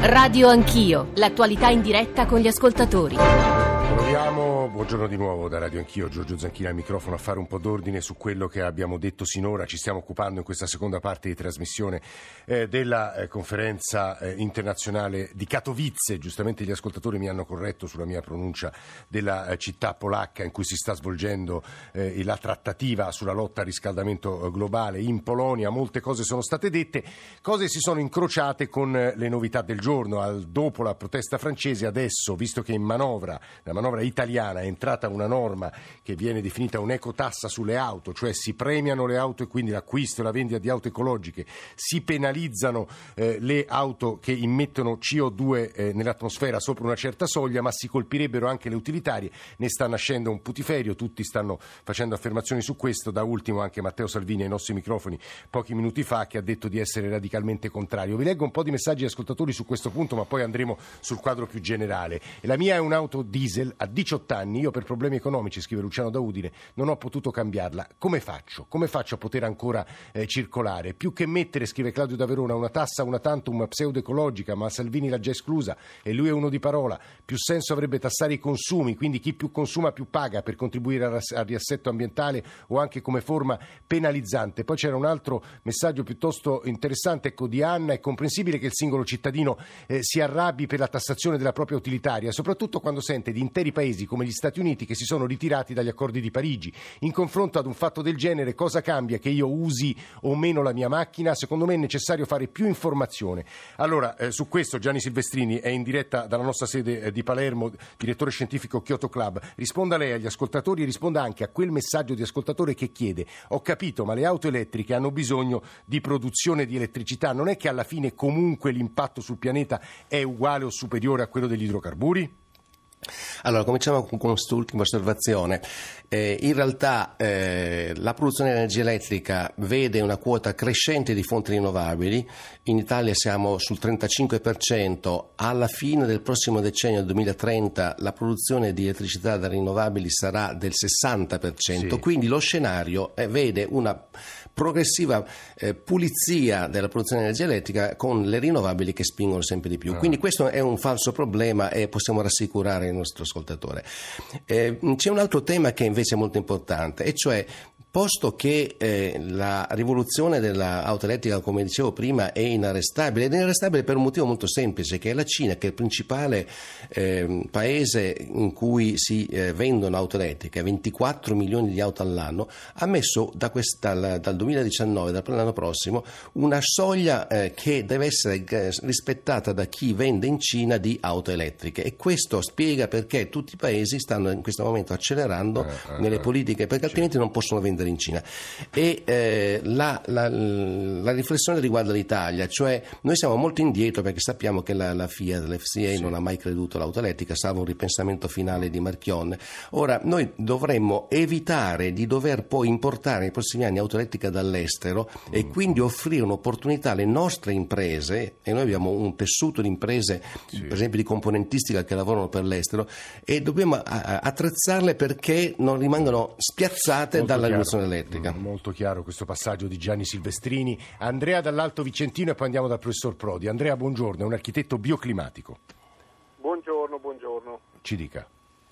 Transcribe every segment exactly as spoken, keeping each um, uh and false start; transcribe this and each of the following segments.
Radio Anch'io, l'attualità in diretta con gli ascoltatori. Proviamo, buongiorno di nuovo da Radio Anch'io, Giorgio Zanchini al microfono, a fare un po' d'ordine su quello che abbiamo detto sinora. Ci stiamo occupando in questa seconda parte di trasmissione eh, della eh, conferenza eh, internazionale di Katowice. Giustamente gli ascoltatori mi hanno corretto sulla mia pronuncia della eh, città polacca in cui si sta svolgendo eh, la trattativa sulla lotta al riscaldamento eh, globale in Polonia. Molte cose sono state dette, cose si sono incrociate con eh, le novità del giorno. Al, dopo la protesta francese, adesso, visto che in manovra, la manovra italiana è entrata una norma che viene definita un'ecotassa sulle auto, cioè si premiano le auto e quindi l'acquisto e la vendita di auto ecologiche, si penalizzano eh, le auto che immettono C O due eh, nell'atmosfera sopra una certa soglia, ma si colpirebbero anche le utilitarie. Ne sta nascendo un putiferio, tutti stanno facendo affermazioni su questo, da ultimo anche Matteo Salvini ai nostri microfoni pochi minuti fa, che ha detto di essere radicalmente contrario. Vi leggo un po' di messaggi di ascoltatori su questo punto, ma poi andremo sul quadro più generale. La mia è un'auto diesel, a diciotto anni, io per problemi economici, scrive Luciano da Udine, non ho potuto cambiarla. Come faccio? Come faccio a poter ancora eh, circolare? Più che mettere, scrive Claudio da Verona, una tassa una tantum pseudo-ecologica, ma Salvini l'ha già esclusa e lui è uno di parola, più senso avrebbe tassare i consumi, quindi chi più consuma più paga per contribuire al, al riassetto ambientale o anche come forma penalizzante. Poi c'era un altro messaggio piuttosto interessante, ecco, di Anna. È comprensibile che il singolo cittadino eh, si arrabbi per la tassazione della propria utilitaria, soprattutto quando sente di interi paesi come gli Stati Uniti che si sono ritirati dagli accordi di Parigi. In confronto ad un fatto del genere, cosa cambia che io usi o meno la mia macchina? Secondo me è necessario fare più informazione. Allora, eh, su questo Gianni Silvestrini è in diretta dalla nostra sede eh, di Palermo, direttore scientifico Kyoto Club. Risponda lei agli ascoltatori e risponda anche a quel messaggio di ascoltatore che chiede: ho capito, ma le auto elettriche hanno bisogno di produzione di elettricità, non è che alla fine comunque l'impatto sul pianeta è uguale o superiore a quello degli idrocarburi? Allora, cominciamo con quest'ultima osservazione. Eh, in realtà eh, la produzione di energia elettrica vede una quota crescente di fonti rinnovabili. In Italia siamo sul trentacinque per cento. Alla fine del prossimo decennio, duemilatrenta, la produzione di elettricità da rinnovabili sarà del sessanta per cento. Sì. Quindi lo scenario eh, vede una progressiva eh, pulizia della produzione di energia elettrica con le rinnovabili che spingono sempre di più. Ah. Quindi questo è un falso problema e possiamo rassicurare il nostro ascoltatore. Eh, c'è un altro tema che invece è molto importante, e cioè, posto che eh, la rivoluzione dell'auto elettrica, come dicevo prima, è inarrestabile, ed è inarrestabile per un motivo molto semplice, che è la Cina, che è il principale eh, paese in cui si eh, vendono auto elettriche, ventiquattro milioni di auto all'anno, ha messo da questa, dal, dal duemiladiciannove, dall'anno prossimo, una soglia eh, che deve essere eh, rispettata da chi vende in Cina di auto elettriche, e questo spiega perché tutti i paesi stanno in questo momento accelerando eh, nelle eh, politiche, perché altrimenti non possono vendere in Cina. E eh, la, la, la riflessione riguarda l'Italia, cioè noi siamo molto indietro, perché sappiamo che la, la Fiat, l'F C A sì. non ha mai creduto all'auto elettrica, salvo un ripensamento finale di Marchionne. Ora noi dovremmo evitare di dover poi importare nei prossimi anni auto elettrica dall'estero mm. e quindi offrire un'opportunità alle nostre imprese, e noi abbiamo un tessuto di imprese sì. per esempio di componentistica che lavorano per l'estero, e dobbiamo attrezzarle perché non rimangano spiazzate molto dalla rivoluzione elettrica. Molto chiaro questo passaggio di Gianni Silvestrini. Andrea dall'Alto Vicentino, e poi andiamo dal professor Prodi. Andrea, buongiorno, è un architetto bioclimatico. Buongiorno, buongiorno. Ci dica.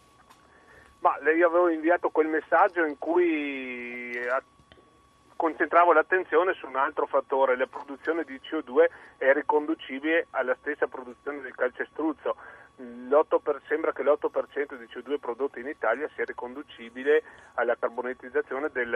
Ma io avevo inviato quel messaggio in cui concentravo l'attenzione su un altro fattore: la produzione di C O due è riconducibile alla stessa produzione del calcestruzzo. l'otto per, sembra che l'otto per cento di C O due prodotto in Italia sia riconducibile alla carbonatizzazione del,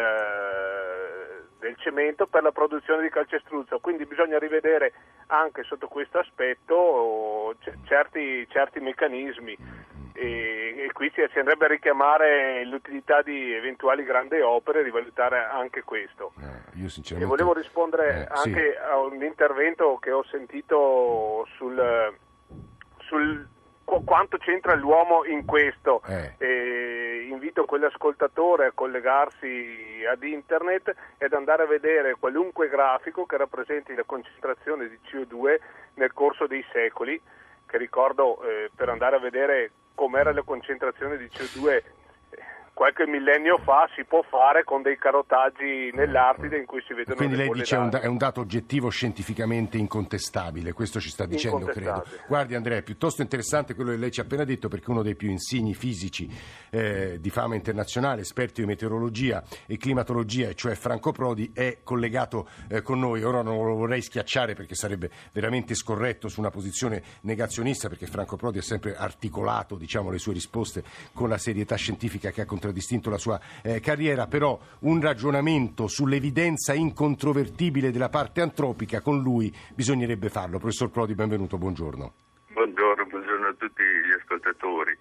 del cemento per la produzione di calcestruzzo, quindi bisogna rivedere anche sotto questo aspetto certi, certi meccanismi, e, e qui si andrebbe a richiamare l'utilità di eventuali grandi opere e rivalutare anche questo. Eh, io sinceramente... E volevo rispondere eh, anche sì. a un intervento che ho sentito sul, sul quanto c'entra l'uomo in questo. Eh. E invito quell'ascoltatore a collegarsi ad internet ed andare a vedere qualunque grafico che rappresenti la concentrazione di C O due nel corso dei secoli, che ricordo eh, per andare a vedere com'era la concentrazione di C O due qualche millennio fa si può fare con dei carotaggi nell'Artide in cui si vedono. Quindi le lei dice è un, d'aria. è un dato oggettivo scientificamente incontestabile, questo ci sta dicendo, credo. Guardi Andrea, è piuttosto interessante quello che lei ci ha appena detto, perché uno dei più insigni fisici eh, di fama internazionale, esperto di meteorologia e climatologia, e cioè Franco Prodi, è collegato eh, con noi. Ora non lo vorrei schiacciare perché sarebbe veramente scorretto su una posizione negazionista, perché Franco Prodi ha sempre articolato, diciamo, le sue risposte con la serietà scientifica che ha contraddistinto la sua eh, carriera, però un ragionamento sull'evidenza incontrovertibile della parte antropica con lui bisognerebbe farlo. Professor Prodi, benvenuto, buongiorno. Buongiorno, buongiorno a tutti gli ascoltatori.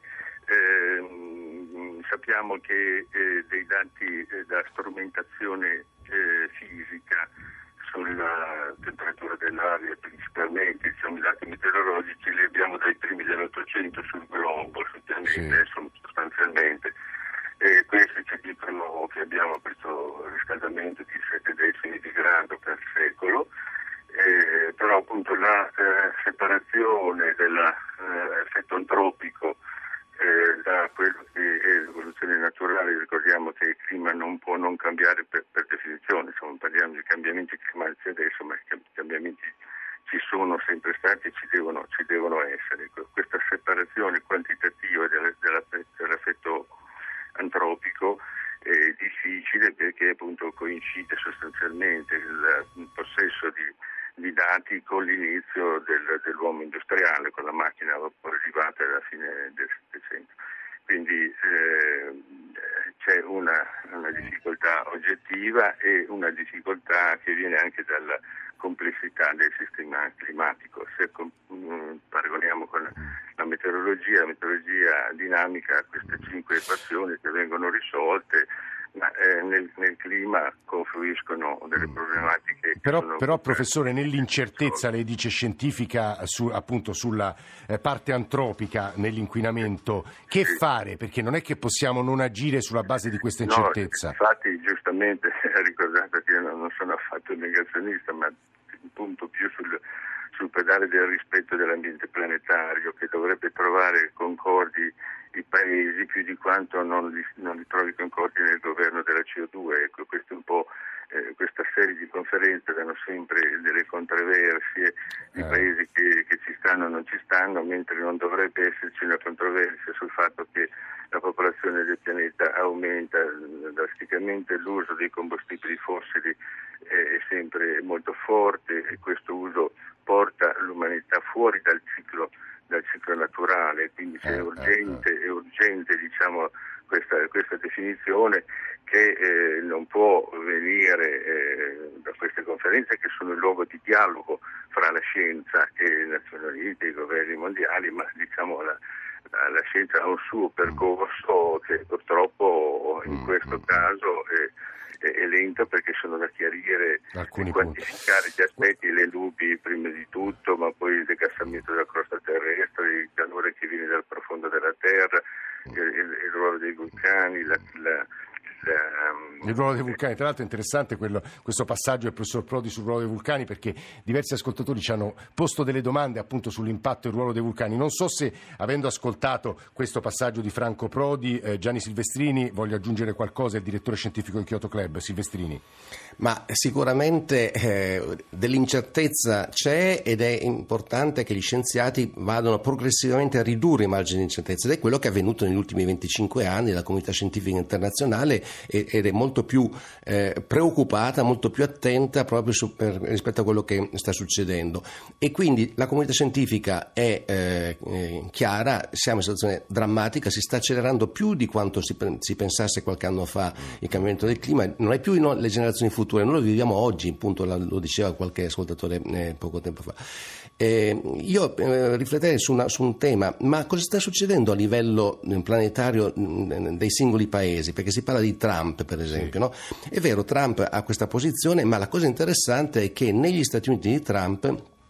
Eh, sappiamo che eh, dei dati eh, da strumentazione eh, fisica sulla temperatura dell'aria, principalmente diciamo, i dati meteorologici li abbiamo dai primi dell'Ottocento sul globo, sul pianeta, sì. Sostanzialmente. E questi ci dicono che abbiamo questo riscaldamento di sette decimi di grado per secolo, eh, però appunto la eh, separazione dell'effetto eh, antropico eh, da quello che è l'evoluzione naturale. Ricordiamo che il clima non può non cambiare per, per definizione, insomma, parliamo di cambiamenti climatici adesso, ma i cambiamenti ci sono sempre stati e ci devono, ci devono essere. Questa separazione quantitativa dell'effetto antropico è difficile perché appunto coincide sostanzialmente il, il possesso di, di dati con l'inizio del, dell'uomo industriale, con la macchina vaporifata alla fine del Settecento. Quindi eh, c'è una, una difficoltà oggettiva e una difficoltà che viene anche dalla complessità del sistema climatico. Se mh, paragoniamo con la meteorologia, la meteorologia dinamica ha queste cinque equazioni che vengono risolte, ma eh, nel, nel clima confluiscono delle problematiche. Però, sono però professore, nell'incertezza, lei dice scientifica, su, appunto sulla eh, parte antropica, nell'inquinamento, che sì. fare? Perché non è che possiamo non agire sulla base di questa incertezza. No, infatti giustamente ha ricordato che io non sono affatto negazionista, ma punto più sul, sul pedale del rispetto dell'ambiente planetario, che dovrebbe trovare concordi i paesi più di quanto non li, non li trovi concordi nel governo della C O due. Ecco, questo è un po' eh, questa serie di conferenze danno sempre delle controversie, i eh. paesi che, che ci stanno o non ci stanno, mentre non dovrebbe esserci una controversia sul fatto che la popolazione del pianeta aumenta drasticamente, l'uso dei combustibili fossili è sempre molto forte e questo uso porta l'umanità fuori dal ciclo dal ciclo naturale, quindi è urgente, è urgente diciamo, questa, questa definizione che eh, non può venire eh, da queste conferenze che sono il luogo di dialogo fra la scienza e le Nazioni Unite, i governi mondiali, ma diciamo la, la, la scienza ha un suo percorso che purtroppo in questo caso è è lento perché sono da chiarire e quantificare gli aspetti, le nubi prima di tutto, ma poi il decassamento della crosta terrestre, il calore che viene dal profondo della terra, il, il, il ruolo dei vulcani, la, la, la, il ruolo dei vulcani. Tra l'altro è interessante quello, questo passaggio del professor Prodi sul ruolo dei vulcani, perché diversi ascoltatori ci hanno posto delle domande appunto sull'impatto del ruolo dei vulcani. Non so se, avendo ascoltato questo passaggio di Franco Prodi, eh, Gianni Silvestrini voglia aggiungere qualcosa, il direttore scientifico di Kyoto Club. Silvestrini. Ma sicuramente eh, dell'incertezza c'è ed è importante che gli scienziati vadano progressivamente a ridurre i margini di incertezza, ed è quello che è avvenuto negli ultimi venticinque anni. La comunità scientifica internazionale è, ed è molto più eh, preoccupata, molto più attenta proprio su, per, rispetto a quello che sta succedendo, e quindi la comunità scientifica è eh, eh, chiara, siamo in una situazione drammatica, si sta accelerando più di quanto si, si pensasse qualche anno fa il cambiamento del clima, non è più no, le generazioni future, noi lo viviamo oggi, appunto lo diceva qualche ascoltatore eh, poco tempo fa. Eh, io eh, rifletterei su, una, su un tema, ma cosa sta succedendo a livello planetario mh, dei singoli paesi? Perché si parla di Trump, per esempio, no? È vero, Trump ha questa posizione, ma la cosa interessante è che negli Stati Uniti di Trump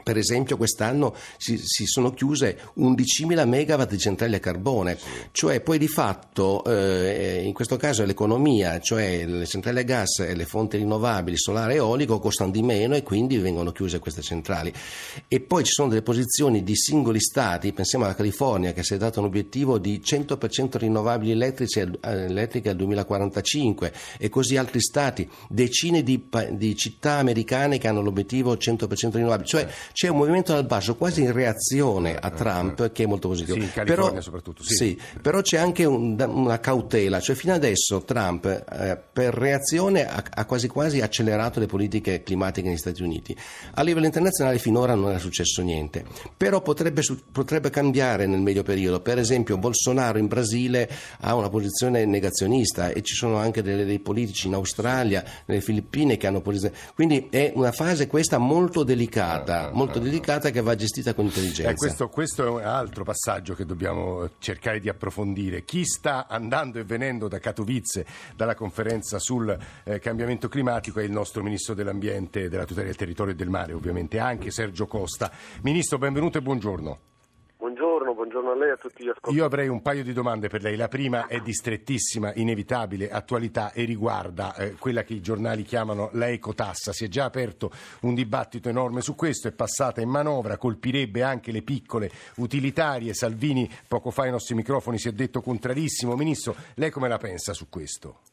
Per esempio quest'anno si, si sono chiuse undicimila megawatt di centrali a carbone, cioè poi di fatto eh, in questo caso l'economia, cioè le centrali a gas e le fonti rinnovabili, solare e eolico costano di meno e quindi vengono chiuse queste centrali. E poi ci sono delle posizioni di singoli stati, pensiamo alla California che si è dato un obiettivo di cento per cento rinnovabili elettrici, eh, elettriche al duemilaquarantacinque e così altri stati, decine di, di città americane che hanno l'obiettivo cento per cento rinnovabili, cioè c'è un movimento dal basso quasi in reazione a Trump che è molto positivo. Sì, in California però, soprattutto. Sì. Sì, però c'è anche un, una cautela, cioè fino adesso Trump eh, per reazione ha, ha quasi quasi accelerato le politiche climatiche negli Stati Uniti. A livello internazionale finora non era successo niente, però potrebbe, potrebbe cambiare nel medio periodo. Per esempio Bolsonaro in Brasile ha una posizione negazionista e ci sono anche delle, dei politici in Australia, nelle Filippine che hanno posizione. Quindi è una fase questa molto delicata, molto delicata che va gestita con intelligenza. Eh, questo, questo è un altro passaggio che dobbiamo cercare di approfondire. Chi sta andando e venendo da Katowice, dalla conferenza sul eh, cambiamento climatico, è il nostro Ministro dell'Ambiente, della tutela del territorio e del mare, ovviamente, anche Sergio Costa. Ministro, benvenuto e buongiorno. Buongiorno, buongiorno a lei e a tutti gli ascoltatori. Io avrei un paio di domande per lei. La prima è di strettissima, inevitabile attualità e riguarda eh, quella che i giornali chiamano la ecotassa. Si è già aperto un dibattito enorme su questo, è passata in manovra, colpirebbe anche le piccole utilitarie. Salvini poco fa ai nostri microfoni si è detto contrarissimo. Ministro, lei come la pensa su questo?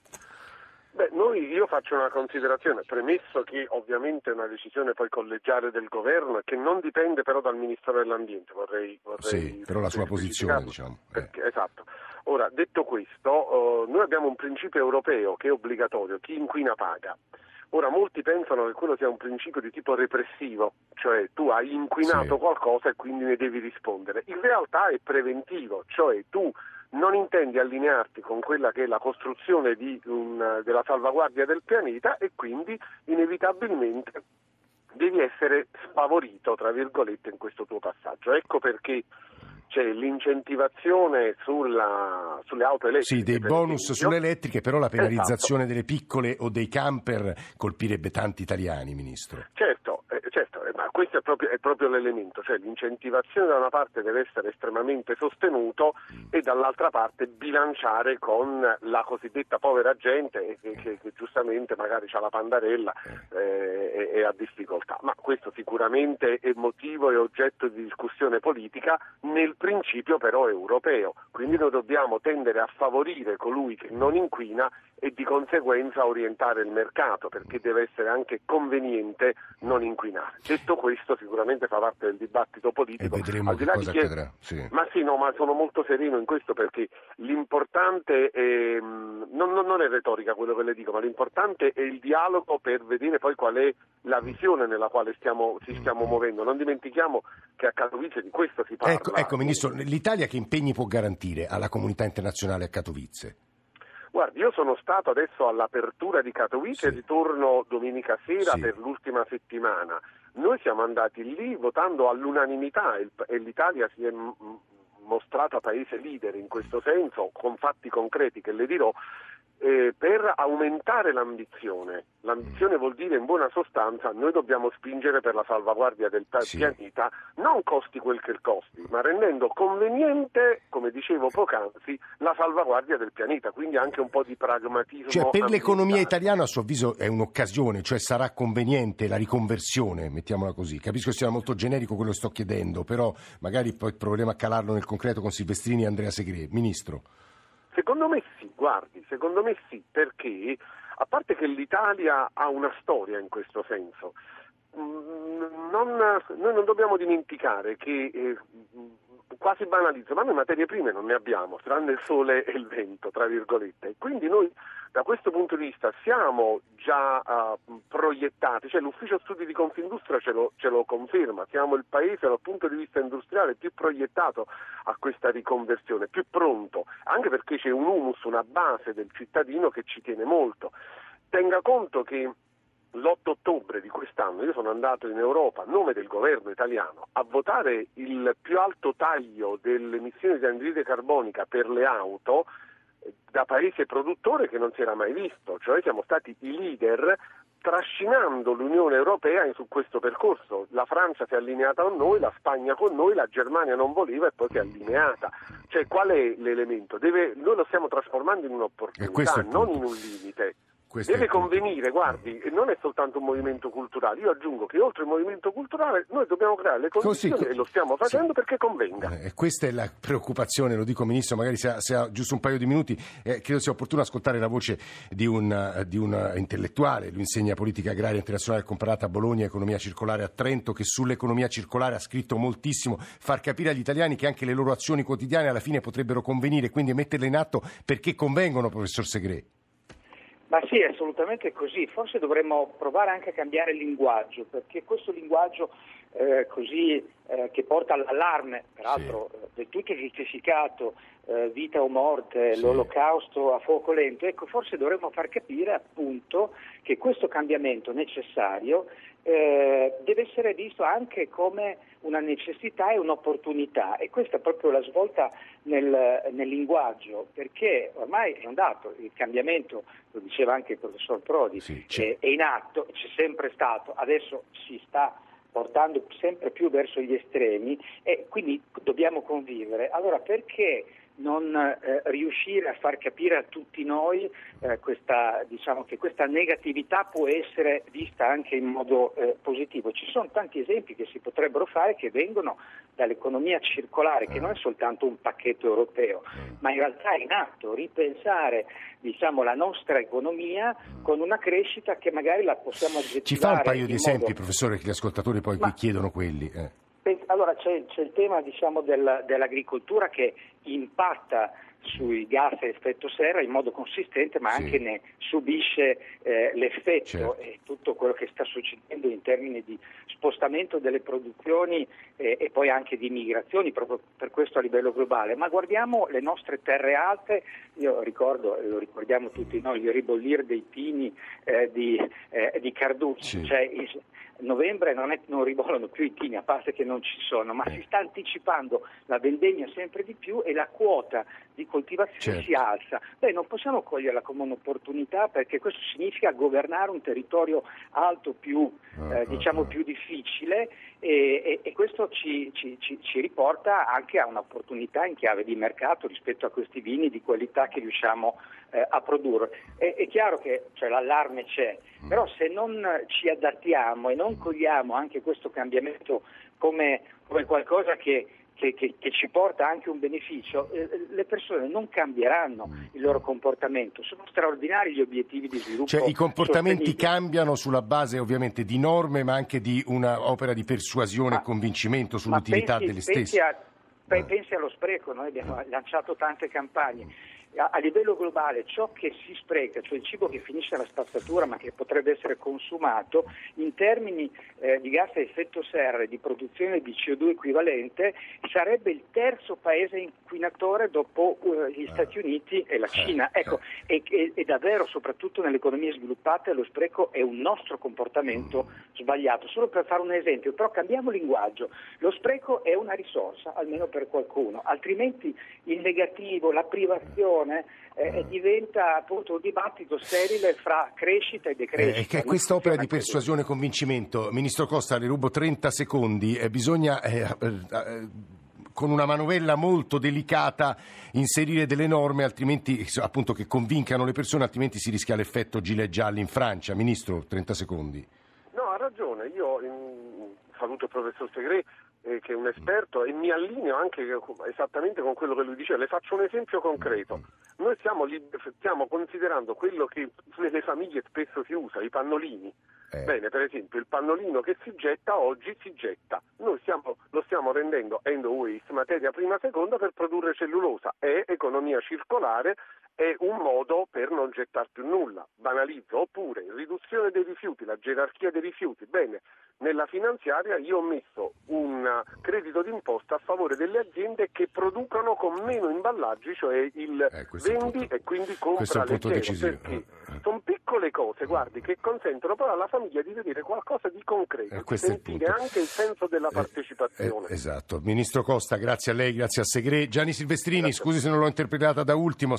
Beh, noi, io faccio una considerazione, premesso che ovviamente è una decisione poi collegiale del governo e che non dipende però dal Ministero dell'Ambiente, vorrei... vorrei sì, però la sua posizione, diciamo. Eh. Perché, esatto. Ora, detto questo, uh, noi abbiamo un principio europeo che è obbligatorio, chi inquina paga. Ora, molti pensano che quello sia un principio di tipo repressivo, cioè tu hai inquinato sì. qualcosa e quindi ne devi rispondere. In realtà è preventivo, cioè tu non intendi allinearti con quella che è la costruzione di un, della salvaguardia del pianeta e quindi inevitabilmente devi essere sfavorito, tra virgolette, in questo tuo passaggio. Ecco perché c'è l'incentivazione sulla, sulle auto elettriche. Sì, dei bonus esempio. sulle elettriche, però la penalizzazione esatto. delle piccole o dei camper colpirebbe tanti italiani, Ministro. Certo, eh, certo, eh, ma questo è proprio, è proprio l'elemento, cioè l'incentivazione da una parte deve essere estremamente sostenuto mm. e dall'altra parte bilanciare con la cosiddetta povera gente che, che, che giustamente magari ha la pandarella eh, e, e ha difficoltà. Ma questo sicuramente è motivo e oggetto di discussione politica, nel principio però europeo, quindi noi dobbiamo tendere a favorire colui che non inquina e di conseguenza orientare il mercato, perché deve essere anche conveniente non inquinare. Detto questo, sicuramente fa parte del dibattito politico. E vedremo che cosa che... accadrà. Sì. Ma sì, no, ma sono molto sereno in questo perché l'importante è, non, non è retorica quello che le dico, ma l'importante è il dialogo per vedere poi qual è la visione nella quale stiamo, ci stiamo muovendo. Non dimentichiamo che a Katowice di questo si parla. Ecco, ecco Ministro, l'Italia che impegni può garantire alla comunità internazionale a Katowice? Guardi, io sono stato adesso all'apertura di Katowice e sì. ritorno domenica sera sì. per l'ultima settimana. Noi siamo andati lì votando all'unanimità e l'Italia si è mostrata paese leader in questo senso, con fatti concreti che le dirò, eh, per aumentare l'ambizione. L'ambizione vuol dire, in buona sostanza, noi dobbiamo spingere per la salvaguardia del sì. pianeta, non costi quel che costi, ma rendendo conveniente, come dicevo poc'anzi, la salvaguardia del pianeta, quindi anche un po' di pragmatismo. Cioè per ambientale. L'economia italiana a suo avviso è un'occasione, cioè sarà conveniente la riconversione, mettiamola così. Capisco che sia molto generico quello che sto chiedendo, però magari poi proveremo a calarlo nel concreto con Silvestrini e Andrea Segre. Ministro. Secondo me sì, guardi, secondo me sì, perché a parte che l'Italia ha una storia in questo senso, non, noi non dobbiamo dimenticare che, eh, quasi banalizzo, ma noi materie prime non ne abbiamo, tranne il sole e il vento, tra virgolette, quindi noi da questo punto di vista siamo già uh, proiettati, cioè l'ufficio studi di Confindustria ce lo, ce lo conferma, siamo il paese dal punto di vista industriale più proiettato a questa riconversione, più pronto, anche perché c'è un humus, una base del cittadino che ci tiene molto. Tenga conto che l'otto ottobre di quest'anno io sono andato in Europa a nome del governo italiano a votare il più alto taglio delle emissioni di anidride carbonica per le auto da paese produttore che non si era mai visto, cioè siamo stati i leader trascinando l'Unione Europea su questo percorso. La Francia si è allineata con noi, la Spagna con noi, la Germania non voleva e poi si è allineata. Cioè, qual è l'elemento? Deve, noi lo stiamo trasformando in un'opportunità, non in un limite. Questo Deve convenire, guardi, e non è soltanto un movimento culturale. Io aggiungo che oltre il movimento culturale noi dobbiamo creare le condizioni, Così, e lo stiamo facendo, sì, perché convenga. Eh, questa è la preoccupazione, lo dico Ministro, magari se ha, se ha giusto un paio di minuti, eh, credo sia opportuno ascoltare la voce di un, di un intellettuale, lui insegna politica agraria internazionale comparata a Bologna, economia circolare a Trento, che sull'economia circolare ha scritto moltissimo, far capire agli italiani che anche le loro azioni quotidiane alla fine potrebbero convenire, quindi metterle in atto perché convengono, professor Segré. Ma sì, è assolutamente così. Forse dovremmo provare anche a cambiare il linguaggio, perché questo linguaggio eh, così eh, che porta all'allarme, peraltro sì, eh, del tutto giustificato, eh, vita o morte, sì, l'olocausto a fuoco lento, ecco, forse dovremmo far capire appunto che questo cambiamento necessario eh, deve essere visto anche come una necessità e un'opportunità, e questa è proprio la svolta nel, nel linguaggio, perché ormai è un dato, il cambiamento, lo diceva anche il professor Prodi, sì, è, è in atto, c'è sempre stato, adesso si sta portando sempre più verso gli estremi e quindi dobbiamo convivere. Allora perché non eh, riuscire a far capire a tutti noi eh, questa, diciamo che questa negatività può essere vista anche in modo eh, positivo? Ci sono tanti esempi che si potrebbero fare che vengono dall'economia circolare, che non è soltanto un pacchetto europeo, ma in realtà è in atto ripensare, diciamo, la nostra economia con una crescita che magari la possiamo aggettivare. Ci fa un paio di esempi, modo... professore, che gli ascoltatori poi ma... chiedono quelli. Eh. Allora c'è, c'è il tema, diciamo, del, dell'agricoltura che impatta sui gas a effetto serra in modo consistente, ma sì, anche ne subisce eh, l'effetto, certo, e tutto quello che sta succedendo in termini di spostamento delle produzioni eh, e poi anche di migrazioni, proprio per questo a livello globale. Ma guardiamo le nostre terre alte, io ricordo, e lo ricordiamo tutti noi, il ribollire dei pini eh, di, eh, di Carducci, sì, cioè il, novembre non, è, non ribollono più i pini, a parte che non ci sono, ma si sta anticipando la vendemmia sempre di più e la quota di coltivazione, certo, si alza. Beh, non possiamo coglierla come un'opportunità, perché questo significa governare un territorio alto più, eh, diciamo, più difficile e, e, e questo ci, ci, ci, ci riporta anche a un'opportunità in chiave di mercato rispetto a questi vini di qualità che riusciamo eh, a produrre. È, è chiaro che cioè, l'allarme c'è, però se non ci adattiamo e non cogliamo anche questo cambiamento come, come qualcosa che Che, che, che ci porta anche un beneficio, eh, le persone non cambieranno il loro comportamento. Sono straordinari gli obiettivi di sviluppo. Cioè i comportamenti sostenibile. Cambiano sulla base ovviamente di norme, ma anche di un'opera di persuasione ma, e convincimento sull'utilità pensi, delle stesse. Pensi, a, pe, pensi allo spreco, noi abbiamo lanciato tante campagne. A, a livello globale ciò che si spreca, cioè il cibo che finisce alla spazzatura ma che potrebbe essere consumato, in termini eh, di gas a effetto serra e di produzione di C O due equivalente, sarebbe il terzo paese inquinatore dopo uh, gli Stati Uniti e la Cina. Ecco, e, e, e davvero, soprattutto nelle economie sviluppate, lo spreco è un nostro comportamento sbagliato. Solo per fare un esempio, però cambiamo linguaggio. Lo spreco è una risorsa, almeno per qualcuno, altrimenti il negativo, la privazione Eh, diventa appunto un dibattito sterile fra crescita e decrescita. Eh, che questa opera di persuasione e convincimento, Ministro Costa, le rubo trenta secondi, eh, bisogna eh, eh, con una manovella molto delicata inserire delle norme, altrimenti appunto che convincano le persone, altrimenti si rischia l'effetto gilet gialli in Francia. Ministro, trenta secondi. No, ha ragione, io in, saluto il professor Segré, eh, che è un esperto, e mi allineo anche esattamente con quello che lui dice. Le faccio un esempio concreto. Noi stiamo, stiamo considerando quello che nelle famiglie spesso si usa, i pannolini. Eh. Bene, per esempio il pannolino che si getta oggi si getta. Noi stiamo, lo stiamo rendendo end waste, materia prima seconda, per produrre cellulosa. È economia circolare, è un modo per non gettar più nulla. Banalizzo. Oppure riduzione dei rifiuti, la gerarchia dei rifiuti. Bene, nella finanziaria io ho messo un credito d'imposta a favore delle aziende che producono con meno imballaggi, cioè il eh, vendi e quindi compra leggero, perché sono piccole cose, guardi, che consentono però alla famiglia di vedere qualcosa di concreto, eh, di sentire anche il senso della partecipazione. Eh, eh, esatto. Ministro Costa, grazie a lei, grazie a Segré. Gianni Silvestrini, grazie. Scusi se non l'ho interpretata da ultimo, sta direttore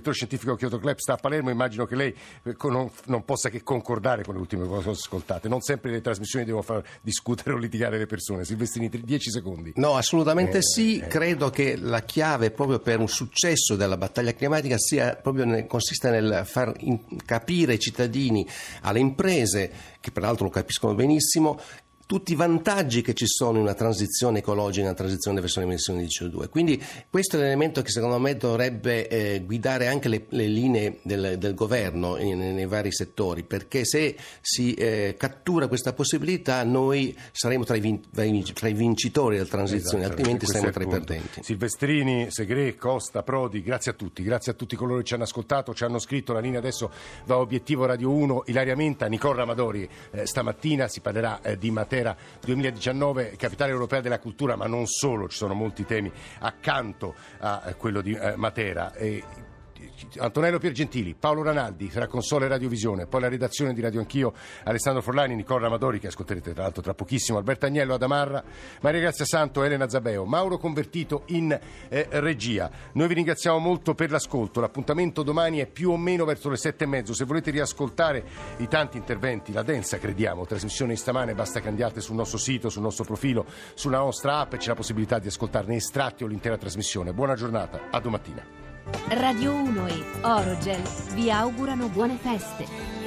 direttore scientifico Kyoto Club, sta a Palermo. Immagino che lei eh, non, non possa che concordare con le ultime cose ascoltate. Non sempre le trasmissioni devono far discutere o litigare le persone. Silvestrini, dieci secondi. No, assolutamente eh, sì. Eh. Credo che la chiave proprio per un successo della battaglia climatica sia proprio nel, consiste nel far in, capire ai cittadini, alle imprese, che peraltro lo capiscono benissimo, tutti i vantaggi che ci sono in una transizione ecologica, in una transizione verso le emissioni di C O due. Quindi questo è l'elemento che secondo me dovrebbe eh, guidare anche le, le linee del, del governo in, nei vari settori, perché se si eh, cattura questa possibilità noi saremo tra i, vin, tra i vincitori della transizione, esatto, altrimenti saremo tra i perdenti. Silvestrini, Segre, Costa, Prodi, grazie a tutti, grazie a tutti coloro che ci hanno ascoltato, ci hanno scritto. La linea adesso va a Obiettivo Radio uno, Ilaria Menta, Nicola Amadori. Eh, stamattina si parlerà eh, di Matera duemiladiciannove, capitale europea della cultura, ma non solo, ci sono molti temi accanto a quello di eh, Matera. E Antonello Piergentili, Paolo Ranaldi tra console e radiovisione, poi la redazione di Radio Anch'io, Alessandro Forlani, Nicola Amadori, che ascolterete tra l'altro tra pochissimo, Alberto Agnello, Adamarra, Maria Grazia Santo, Elena Zabeo, Mauro Convertito in eh, regia. Noi vi ringraziamo molto per l'ascolto. L'appuntamento domani è più o meno verso le sette e mezzo. Se volete riascoltare i tanti interventi, la densa, crediamo, trasmissione di stamane, basta che andiate sul nostro sito, sul nostro profilo, sulla nostra app, e c'è la possibilità di ascoltarne estratti o l'intera trasmissione. Buona giornata, a domattina. Radio uno e Orogel vi augurano buone feste.